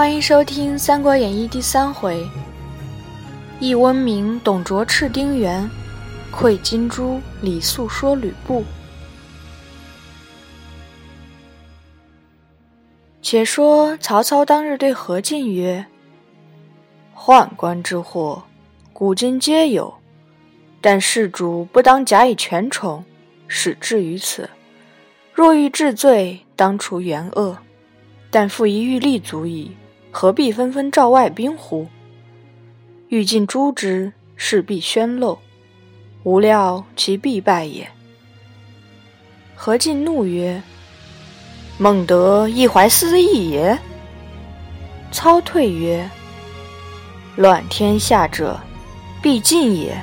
欢迎收听《三国演义》第3回，忆温明董卓赤丁原，馈金珠李肃说吕布。且说曹操当日对何进曰：宦官之祸，古今皆有，但事主不当假以权宠，使至于此。若欲治罪，当除原恶，但复一欲立足矣，何必纷纷召外兵乎？欲尽诛之，势必宣漏，无料其必败也。何进怒曰：孟德亦怀私意也？操退曰：乱天下者，必尽也。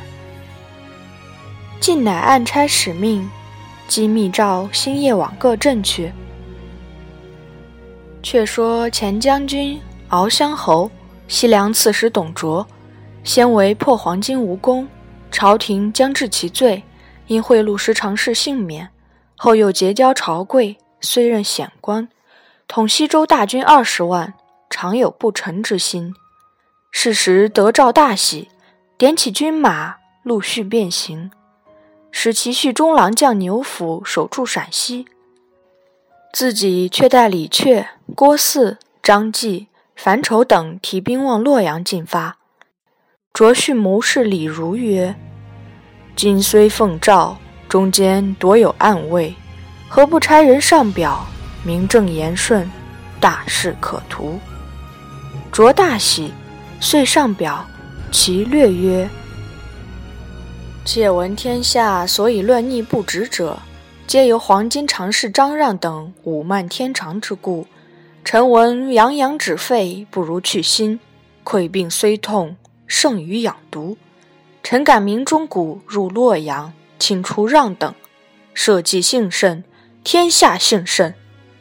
进乃暗差使命，即密召星夜往各镇去。却说前将军敖襄侯、西凉刺史董卓，先为破黄巾无功，朝廷将治其罪，因贿赂时常侍幸免，后又结交朝贵，虽任显官，统西州大军20万，常有不臣之心。是时得诏大喜，点起军马，陆续便行，使其续中郎将牛辅守住陕西，自己却带李榷、郭汜、张济、樊稠等提兵往洛阳进发。卓训谋士李儒曰：今虽奉诏，中间多有暗卫，何不差人上表，名正言顺，大事可图。卓大喜，遂上表，其略曰：窃闻天下所以乱逆不止者，皆由黄巾常侍张让等侮慢天长之故。臣闻洋洋止沸，不如去心，溃病虽痛，胜于养毒。臣感明中谷入洛阳，请除让等，社稷幸甚，天下幸甚。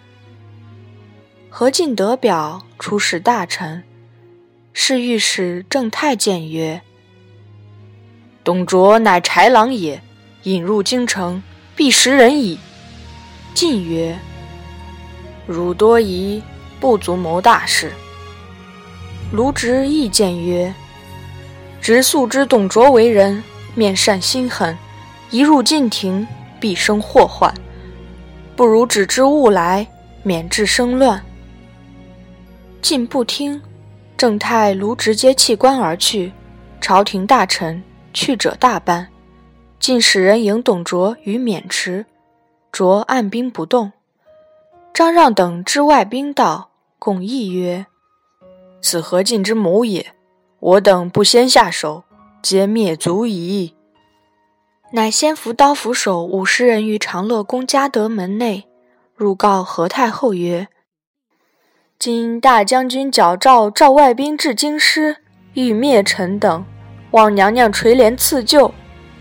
何进得表，出使大臣。侍御史郑太监曰：董卓乃豺狼也，引入京城，必食人矣。进曰：汝多疑，不足谋大事。卢植意见曰：直素知董卓为人，面善心狠，一入晋庭，必生祸患，不如止之勿来，免致生乱。进不听，郑太、卢植皆弃官而去，朝廷大臣去者大半。进使人迎董卓于渑池，卓按兵不动。张让等知外兵到，共议曰：此何进之谋也，我等不先下手，皆灭族矣。乃先伏刀斧手50人于长乐宫嘉德门内，入告何太后曰：今大将军矫诏召外兵至京师，欲灭臣等，望娘娘垂帘赐救。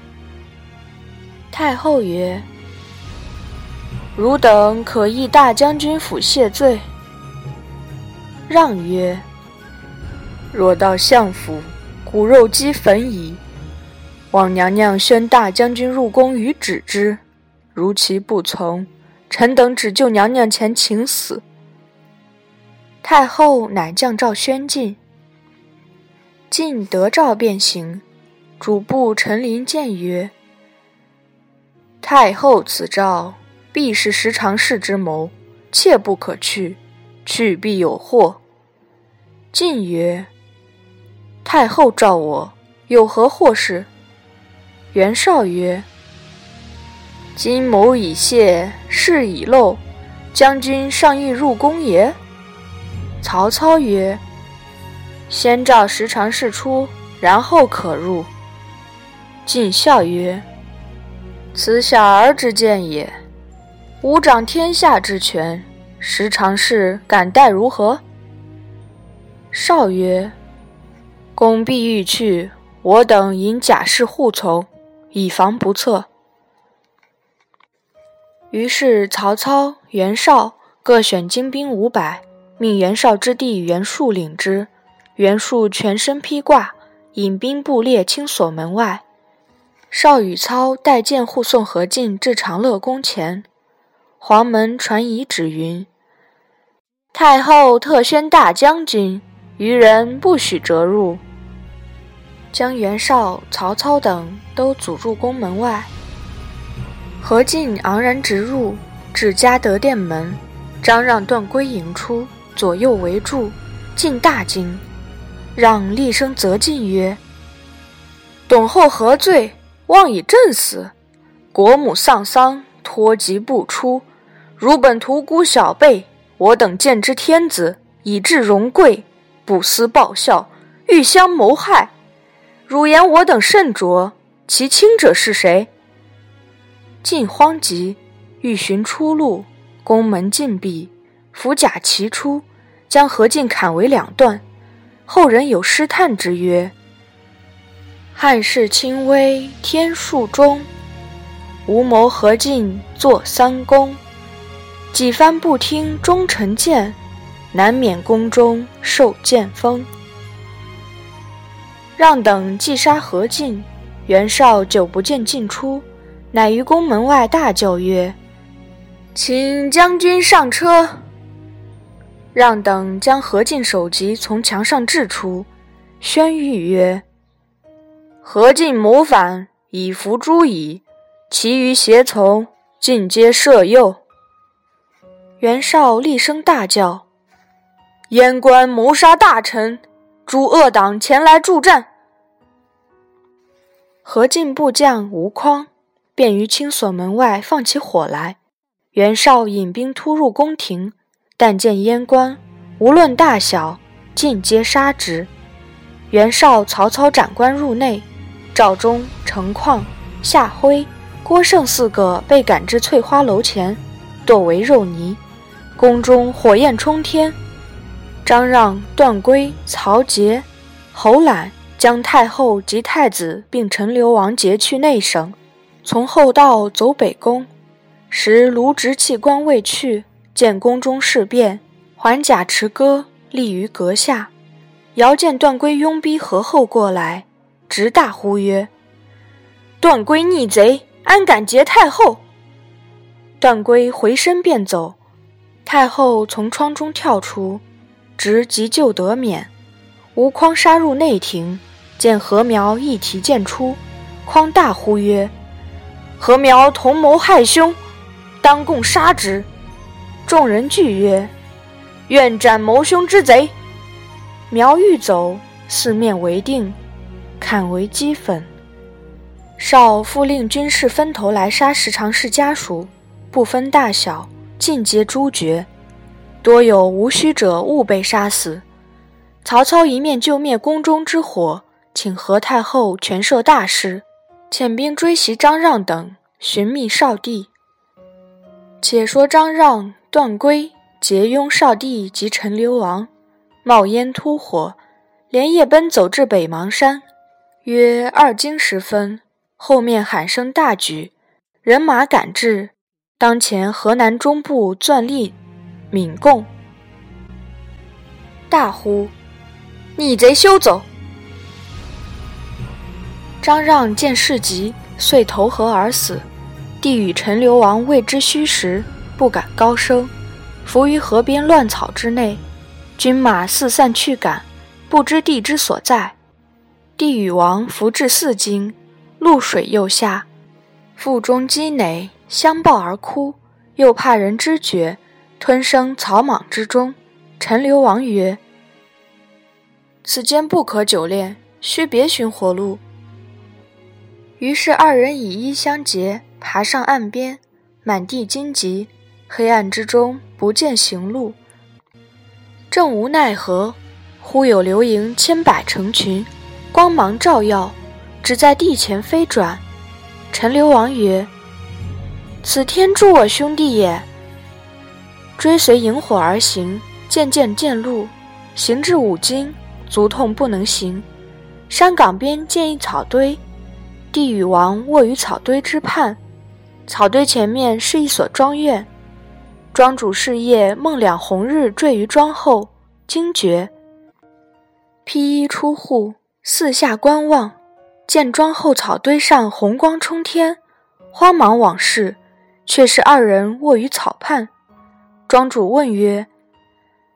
太后曰：汝等可议大将军府谢罪。让曰：若到相府，骨肉饥焚矣。望娘娘宣大将军入宫于止之，如其不从，臣等只就娘娘前请死。太后乃降诏宣进。进得诏便行，主簿陈琳谏曰：太后此诏，必是时常侍之谋，切不可去，去必有祸。进曰：太后召我，有何祸事？袁绍曰：今谋已泄，事已漏，将军尚欲入宫也？曹操曰：先召时常侍出，然后可入。进笑曰：此小儿之见也，吾掌天下之权，时常侍敢待如何？绍曰：公必欲去，我等引甲士护从，以防不测。于是曹操、袁绍各选精兵500，命袁绍之弟袁术领之。袁术全身披挂，引兵布列清锁门外。绍与操带剑护送何进至长乐宫前。黄门传遗旨云： 太后特宣大将军，余人不许折入。”将袁绍、曹操等都阻入宫门外。何进昂然直入，至嘉德殿门，张让、段珪迎出，左右围住，进大惊。让厉声责进曰：“董后何罪？妄以朕死！国母丧丧，托疾不出。如本屠孤小辈，我等见之天子，以至荣贵，不思报效，欲相谋害。汝言我等甚拙，其轻者是谁？”晋慌急，欲寻出路，宫门禁闭，伏甲齐出，将何进砍为两段。后人有诗叹之曰：“汉室轻微天数中，无谋何进作三公。几番不听忠臣谏，难免宫中受剑锋。”让等既杀何进，袁绍久不见进出，乃于宫门外大叫曰：“请将军上车！”让等将何进首级从墙上掷出，宣谕曰：“何进谋反，以伏诛矣，其余胁从，尽皆赦宥。”袁绍厉声大叫：“燕官谋杀大臣，诸恶党前来助战！”何进部将吴匡便于青锁门外放起火来。袁绍引兵突入宫廷，但见燕官，无论大小，尽皆杀之。袁绍、曹操斩官入内，赵忠、程况、夏辉、郭盛4个被赶至翠花楼前，剁为肉泥。宫中火焰冲天。张让、段珪、曹节、侯览将太后及太子并陈留王劫去内省，从后道走北宫。时卢植弃官未去，见宫中事变，还甲持戈立于阁下。遥见段珪拥逼何后过来，直大呼曰：“段珪逆贼，安敢劫太后！”段珪回身便走，太后从窗中跳出，直急救得免。吴匡杀入内廷，见何苗一提剑出，匡大呼曰：“何苗同谋害兄，当共杀之！”众人惧曰：“愿斩谋凶之贼！”苗欲走，四面围定，砍为齑粉。绍复令军士分头来杀十常侍家属，不分大小，尽皆诛绝。多有无须者误被杀死。曹操一面救灭宫中之火，请何太后全摄大事，遣兵追袭张让等，寻觅少帝。且说张让、段珪劫拥少帝及陈留王，冒烟突火，连夜奔走至北邙山。约2更时分，后面喊声大举，人马赶至，当前河南中部纂吏闵贡，大呼：“逆贼休走！”张让见事急，遂投河而死。帝与陈留王未知虚实，不敢高声，伏于河边乱草之内。军马四散去赶，不知帝之所在。帝与王伏至4更，露水又下，腹中积馁，相抱而哭，又怕人知觉，吞生草莽之中。陈留王曰：“此间不可久恋，须别寻活路。”于是2人以衣相结，爬上岸边，满地荆棘，黑暗之中不见行路。正无奈何，忽有流萤千百成群，光芒照耀，只在地前飞转。陈留王曰：“此天助我兄弟也。”追随萤火而行，渐渐见路，行至5更，足痛不能行。山岗边见一草堆，帝与王卧于草堆之畔，草堆前面是一所庄院。庄主是夜梦2红日坠于庄后，惊觉，披衣出户，四下观望，见庄后草堆上红光冲天，慌忙往视，却是2人卧于草畔。庄主问曰：“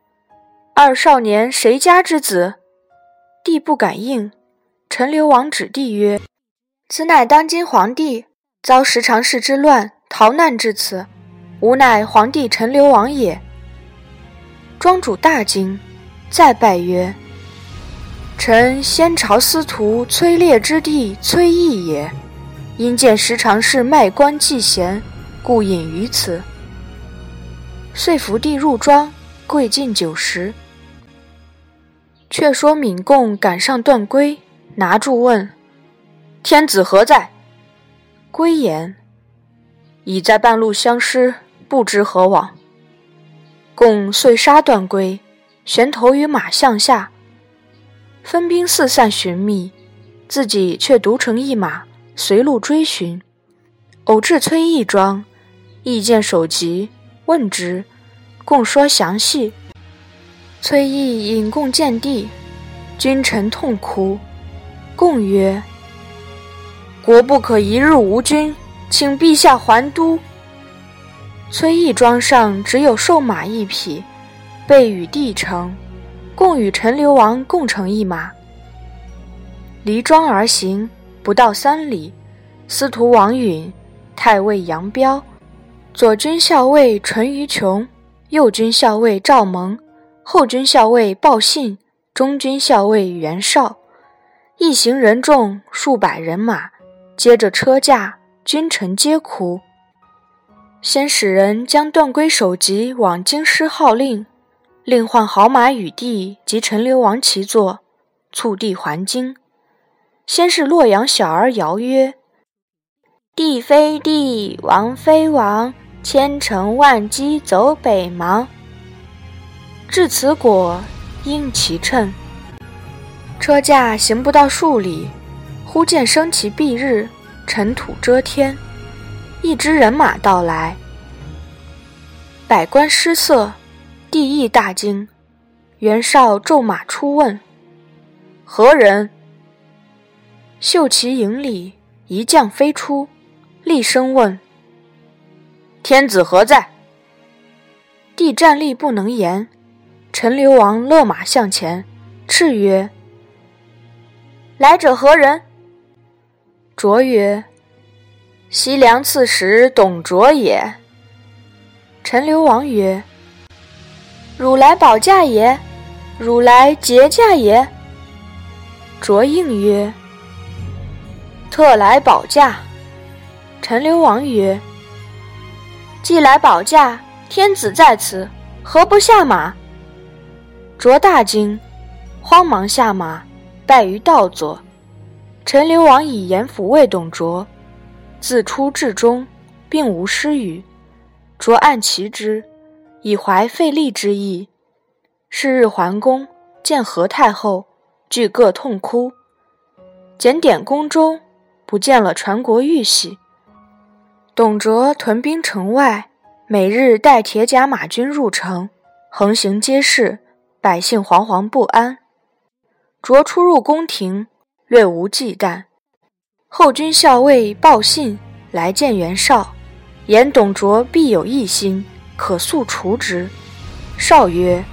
二少年谁家之子？帝不敢应。陈留王指帝曰：此乃当今皇帝，遭十常侍之乱，逃难至此，吾乃皇帝陈留王也。庄主大惊，再拜曰：臣先朝司徒崔烈之弟崔毅也，因见十常侍卖官祭贤，故隐于此。遂伏地入庄，跪尽酒食。却说闵贡赶上段珪，拿住问：天子何在？珪言：已在半路相失，不知何往。贡遂杀段珪，悬头于马项下，分兵四散寻觅，自己却独乘一马，随路追寻。偶至崔毅庄，毅见首级，问之，贡说详细。崔毅引贡见地，君臣痛哭。贡曰：国不可一日无君，请陛下还都。崔毅庄上只有瘦马一匹，备与帝乘，贡与陈留王共乘一马。离庄而行，不到3里，司徒王允、太尉杨彪、左军校尉淳于琼、右军校尉赵蒙、后军校尉鲍信、中军校尉袁绍，一行人众数百人马，接着车驾，君臣皆哭。先使人将段珪首级往京师号令，另换好马与帝及陈留王齐坐，促帝还京。先是洛阳小儿谣曰：帝非帝，王非王，千乘万机走北邙。至此果，应其称。车驾行不到数里，忽见升旗蔽日，尘土遮天，一支人马到来，百官失色，帝亦大惊。袁绍骤马出问：何人？秀旗营里一将飞出，厉声问：天子何在？帝站立不能言。陈留王勒马向前，叱曰：来者何人？卓曰：西凉刺史董卓也。陈留王曰：汝来保驾也？汝来劫驾也？卓应曰：特来保驾。陈留王曰：既来保驾，天子在此，何不下马？卓大惊，慌忙下马，拜于道左。陈留王以言抚慰董卓，自出至终，并无失语。卓按其之，以怀费力之意。是日还宫，见何太后，俱各痛哭。检点宫中，不见了传国玉玺。董卓屯兵城外，每日带铁甲马军入城，横行街市，百姓惶惶不安。卓出入宫廷，略无忌惮。后军校尉鲍信来见袁绍，言董卓必有异心，可速除之。绍曰：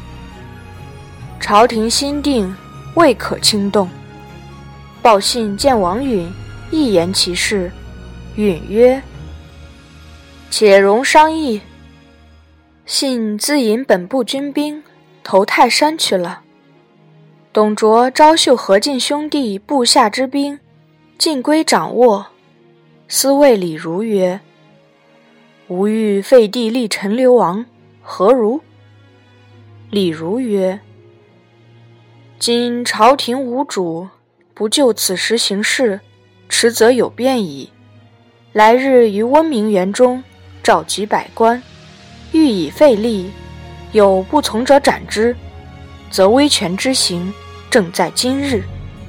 朝廷心定，未可轻动。鲍信见王允，一言其事。允曰：且容商议。信自引本部军兵投泰山去了。董卓招秀何进兄弟部下之兵，尽归掌握。司谓李儒曰：吾欲废帝立陈留王，何如？李儒曰：今朝廷无主，不就此时行事，迟则有变矣。来日于温明园中召集百官，欲以废立，有不从者斩之，则威权之行正在今日。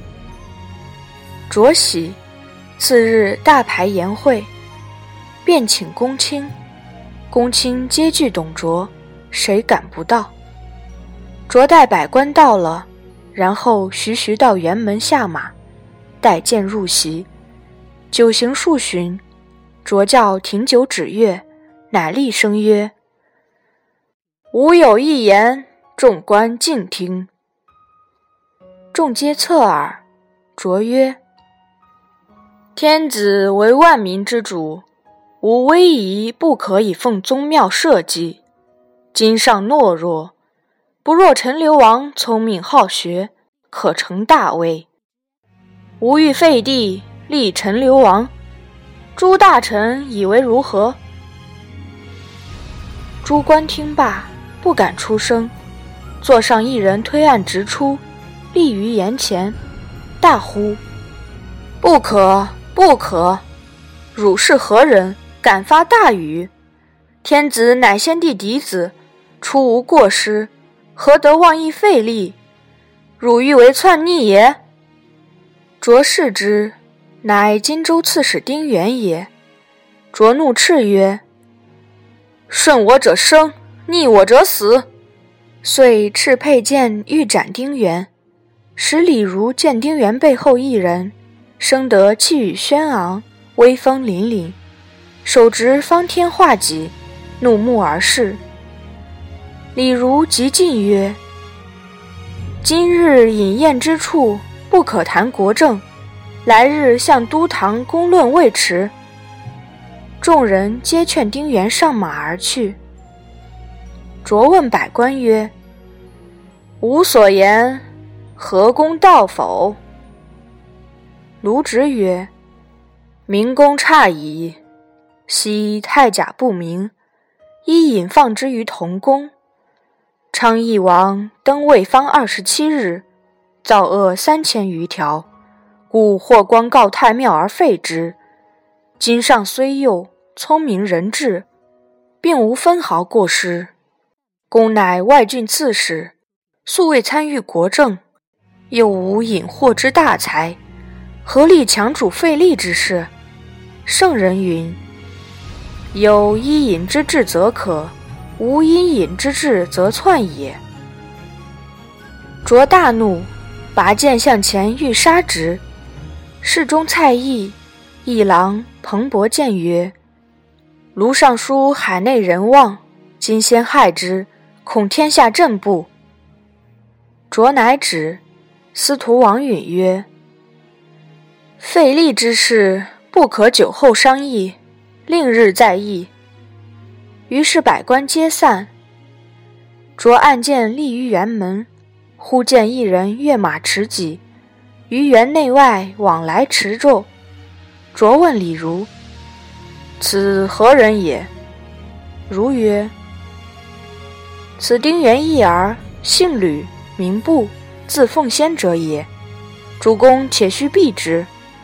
卓喜，次日大排筵会，便请公卿。公卿皆惧董卓，谁敢不到？卓带百官到了，然后徐徐到辕门下马，带剑入席。酒行数巡，卓教停酒止乐，乃厉声曰：吾有一言， 众官静听。众皆侧耳。卓曰：天子为万民之主，吾威仪不可以奉宗庙社稷。今上懦弱，不若陈留王聪明好学，可成大位。吾欲废帝，立陈留王，诸大臣以为如何？诸官听罢，不敢出声。座上一人推案直出，立于檐前，大呼：不可，不可！汝是何人，敢发大语？天子乃先帝嫡子，出无过失，何得妄议废立？汝欲为篡逆也？卓视之，乃荆州刺史丁原也。卓怒斥曰：顺我者生，逆我者死！遂敕佩剑欲斩丁原。使李儒见丁原背后一人，生得气宇轩昂，威风凛凛，手执方天画戟，怒目而视。李儒即进曰：今日饮宴之处，不可谈国政，来日向都堂公论未迟。众人皆劝丁原上马而去。卓问百官曰：吾所言何公道否？卢植曰：明公差矣。昔太甲不明，伊引放之于同宫。昌邑王登位方27日，造恶3000余条，故霍光告太庙而废之。今上虽幼，聪明仁智，并无分毫过失。公乃外郡刺史，素未参与国政，又无引祸之大才，何力强主废立之事？圣人云：有伊尹之志则可，无伊尹之志则篡也。卓大怒，拔剑向前欲杀之。侍中蔡邕、议郎彭伯谏曰：卢尚书海内人望，今先害之，恐天下震怖。卓乃止。司徒王允曰：废立之事，不可久后商议，另日再议。于是百官皆散。卓按剑立于辕门，忽见一人跃马持戟，于园内外往来驰骤。卓问李儒：此何人也？儒曰：此丁原一儿，姓吕，名布，自奉先者也。主公且须避之。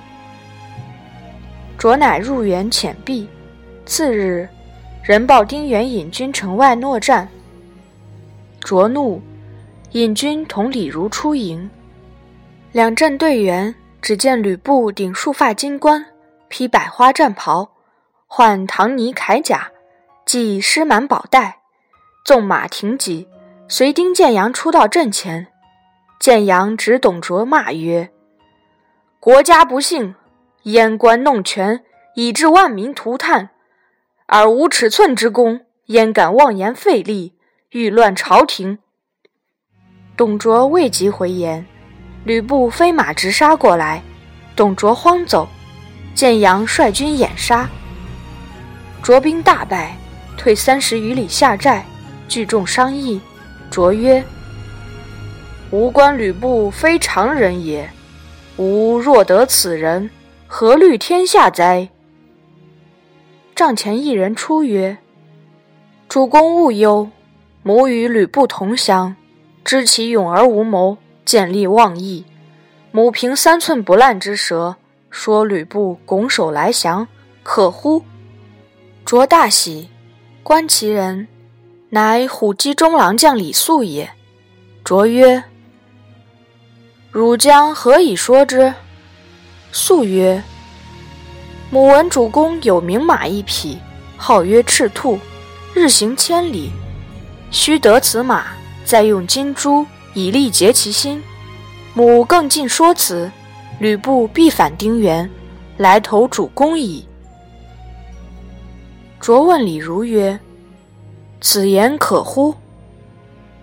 卓乃入园遣避。次日，人报丁原引军城外搦战。卓怒，引军同李儒出营。两阵对圆，只见吕布顶束发金冠，披百花战袍，换唐泥铠甲，系狮满宝带，纵马挺戟，随丁建阳出到阵前。建阳指董卓骂曰：国家不幸，阉官弄权，以致万民涂炭，而无尺寸之功，焉敢妄言废立，欲乱朝廷？董卓未及回言，吕布飞马直杀过来，董卓慌走，建阳率军掩杀。卓兵大败，退30余里下寨，聚众商议。卓曰：吾观吕布非常人也，吾若得此人，何虑天下哉？帐前一人出曰：主公勿忧，母与吕布同乡，知其勇而无谋，见利忘义。母凭3寸不烂之舌，说吕布拱手来降，可乎？卓大喜，观其人，乃虎骑中郎将李肃也。卓曰：汝将何以说之？肃曰：母闻主公有名马1匹，号曰赤兔，日行1000里，须得此马，再用金珠以力结其心。母更尽说辞，吕布必反丁原，来投主公矣。卓问李儒曰：此言可乎？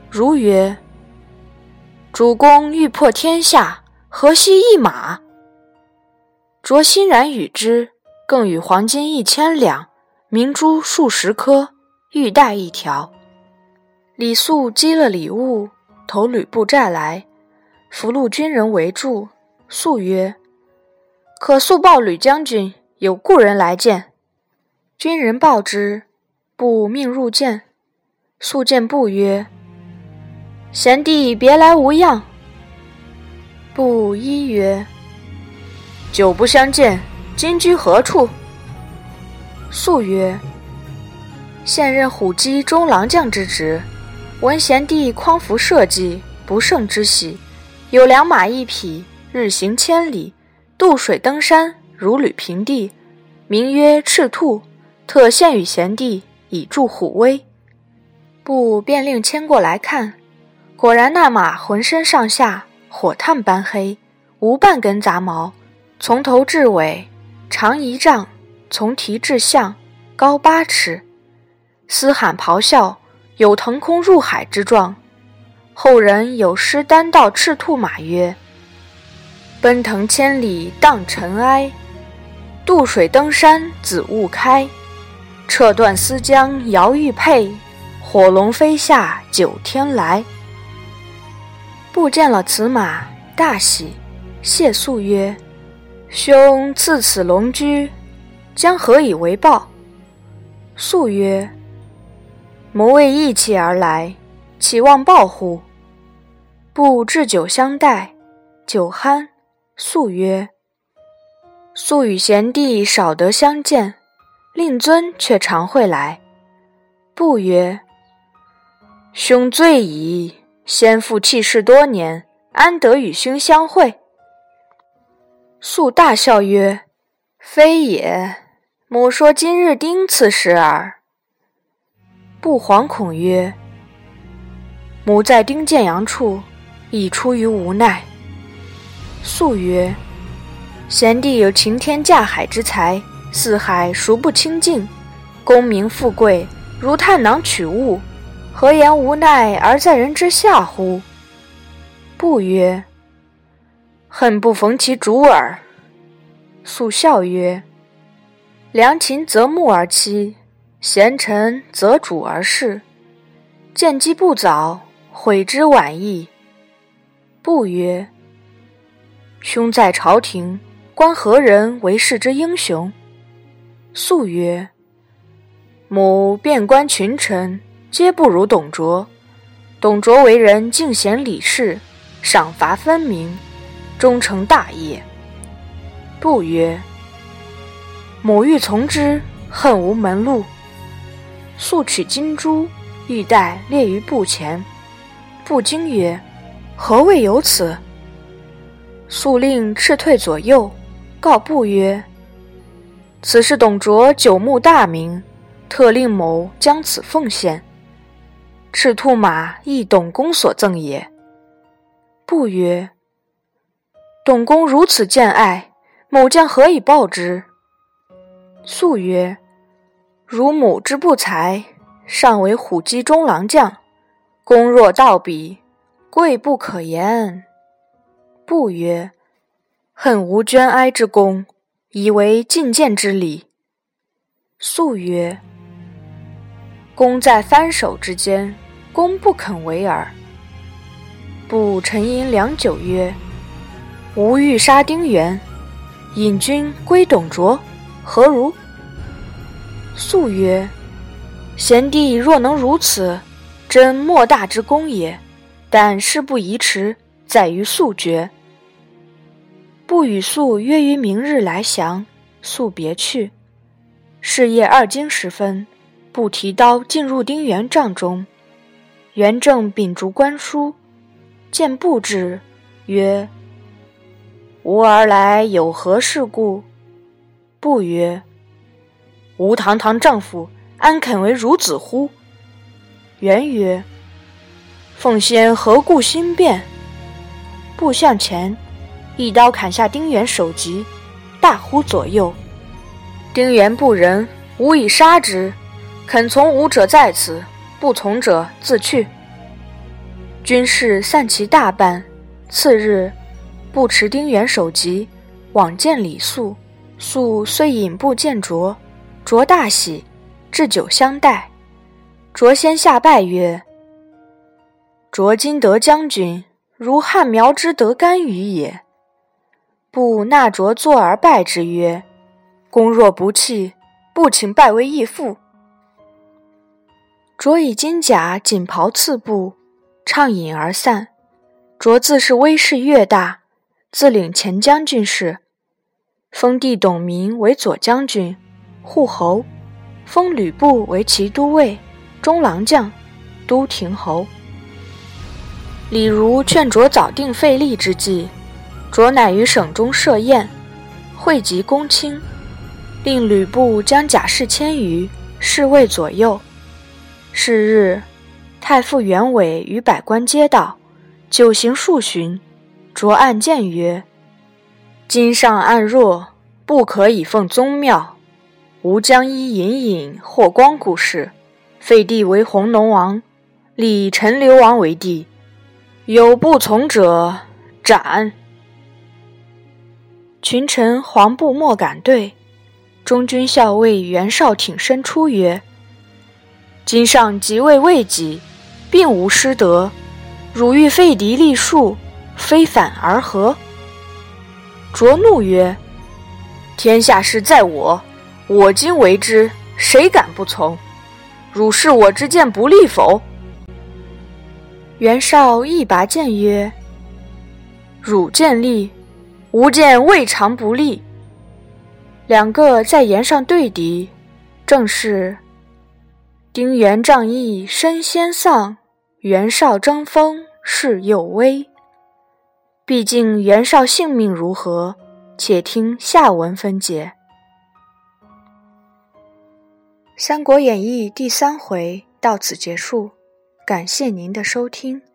如曰：主公欲破天下，何惜一马？着欣然与之，更与黄金1000两，明珠数十颗，玉带1条。李肃积了礼物，投吕布寨来，俘虏军人围住。肃曰：可速报吕将军，有故人来见。军人报之，布命入见。肃见布曰：贤弟别来无恙？布依曰：久不相见，今居何处？肃曰：现任虎骑中郎将之职，闻贤弟匡扶社稷，不胜之喜，有2马1匹，日行千里，渡水登山，如履平地，名曰赤兔，特献与贤弟，以助虎威。布便令牵过来看，果然那马浑身上下火炭般黑，无半根杂毛，从头至尾长1丈，从蹄至项高8尺，嘶喊咆哮，有腾空入海之状。后人有诗单道赤兔马曰：奔腾千里荡尘埃，渡水登山紫雾开，撤断丝缰摇玉佩，火龙飞下9天来。布见了此马，大喜，谢肃曰：兄赐此龙驹，将何以为报？肃曰：谋为义气而来，岂望报乎？布置酒相待，酒酣。肃曰：肃与贤弟少得相见，令尊却常会来。布曰：兄醉矣，先父弃世多年，安得与兄相会？肃大笑曰：非也，母说今日丁此时耳。布惶恐曰：母在丁建阳处，已出于无奈。肃曰：贤弟有擎天架海之才，四海孰不清净？功名富贵，如探囊取物，何言无奈而在人之下乎？布曰：恨不逢其主耳。肃笑曰：良禽择木而栖，贤臣择主而事。见机不早，悔之晚矣。布曰：兄在朝廷，观何人为世之英雄？肃曰：母遍观群臣，皆不如董卓。董卓为人敬贤礼士，赏罚分明，终成大业。布曰：母欲从之，恨无门路。肃取金珠玉带列于布前。布惊曰：何谓有此？肃令斥退左右，告布曰：此是董卓久慕大名，特令某将此奉献。赤兔马亦董公所赠也。布曰：董公如此见爱，某将何以报之？肃曰：如母之不才，尚为虎骑中郎将，公若道比，贵不可言。布曰：恨无捐哀之功，以为进谏之礼。肃曰：公在翻手之间，公不肯为耳。布沉吟良久曰：吾欲杀丁原，引军归董卓，何如？肃曰：贤弟若能如此，真莫大之功也，但事不宜迟，在于速决。布与肃约于明日来降，肃别去。是夜2更时分，布提刀进入丁原帐中，元正秉烛观书，见布至，曰：吾而来有何事故？布曰：吾堂堂丈夫，安肯为孺子乎？元曰：奉先何故心变？布向前，一刀砍下丁原首级，大呼左右：丁原不仁，吾以杀之，肯从吾者在此，不从者自去。 军士散其大半。次日，不持丁原首级，往见李肃。肃虽引部见卓，卓大喜，置酒相待。卓先下拜曰：卓今得将军，如汉苗之得干羽也。不纳卓坐而拜之曰：公若不弃，不请拜为义父。卓以金甲锦袍赐布，畅饮而散。卓自是威势越大，自领前将军事，封弟董明为左将军、护侯，封吕布为骑都尉、中郎将、都亭侯。李儒劝卓早定废立之计，卓乃于省中设宴，汇集公卿，令吕布将甲士1000余，侍卫左右。是日，太傅袁伟与百官皆到，酒行数巡。卓暗谏曰：今上暗弱，不可以奉宗庙。吾将依隐隐霍光故事，废帝为弘农王，立陈留王为帝。有不从者，斩。群臣惶怖莫敢对。中军校尉袁绍挺身出曰：今上即位未几，并无失德，汝欲废嫡立庶，非反而何？卓怒曰：天下事在我，我今为之，谁敢不从？汝视我之见不利否？袁绍一拔剑曰：汝见利，吾见未尝不利。两个在言上对敌，正是丁原仗义身先丧，袁绍争锋势又危。毕竟袁绍性命如何，且听下文分解。《三国演义》第3回到此结束，感谢您的收听。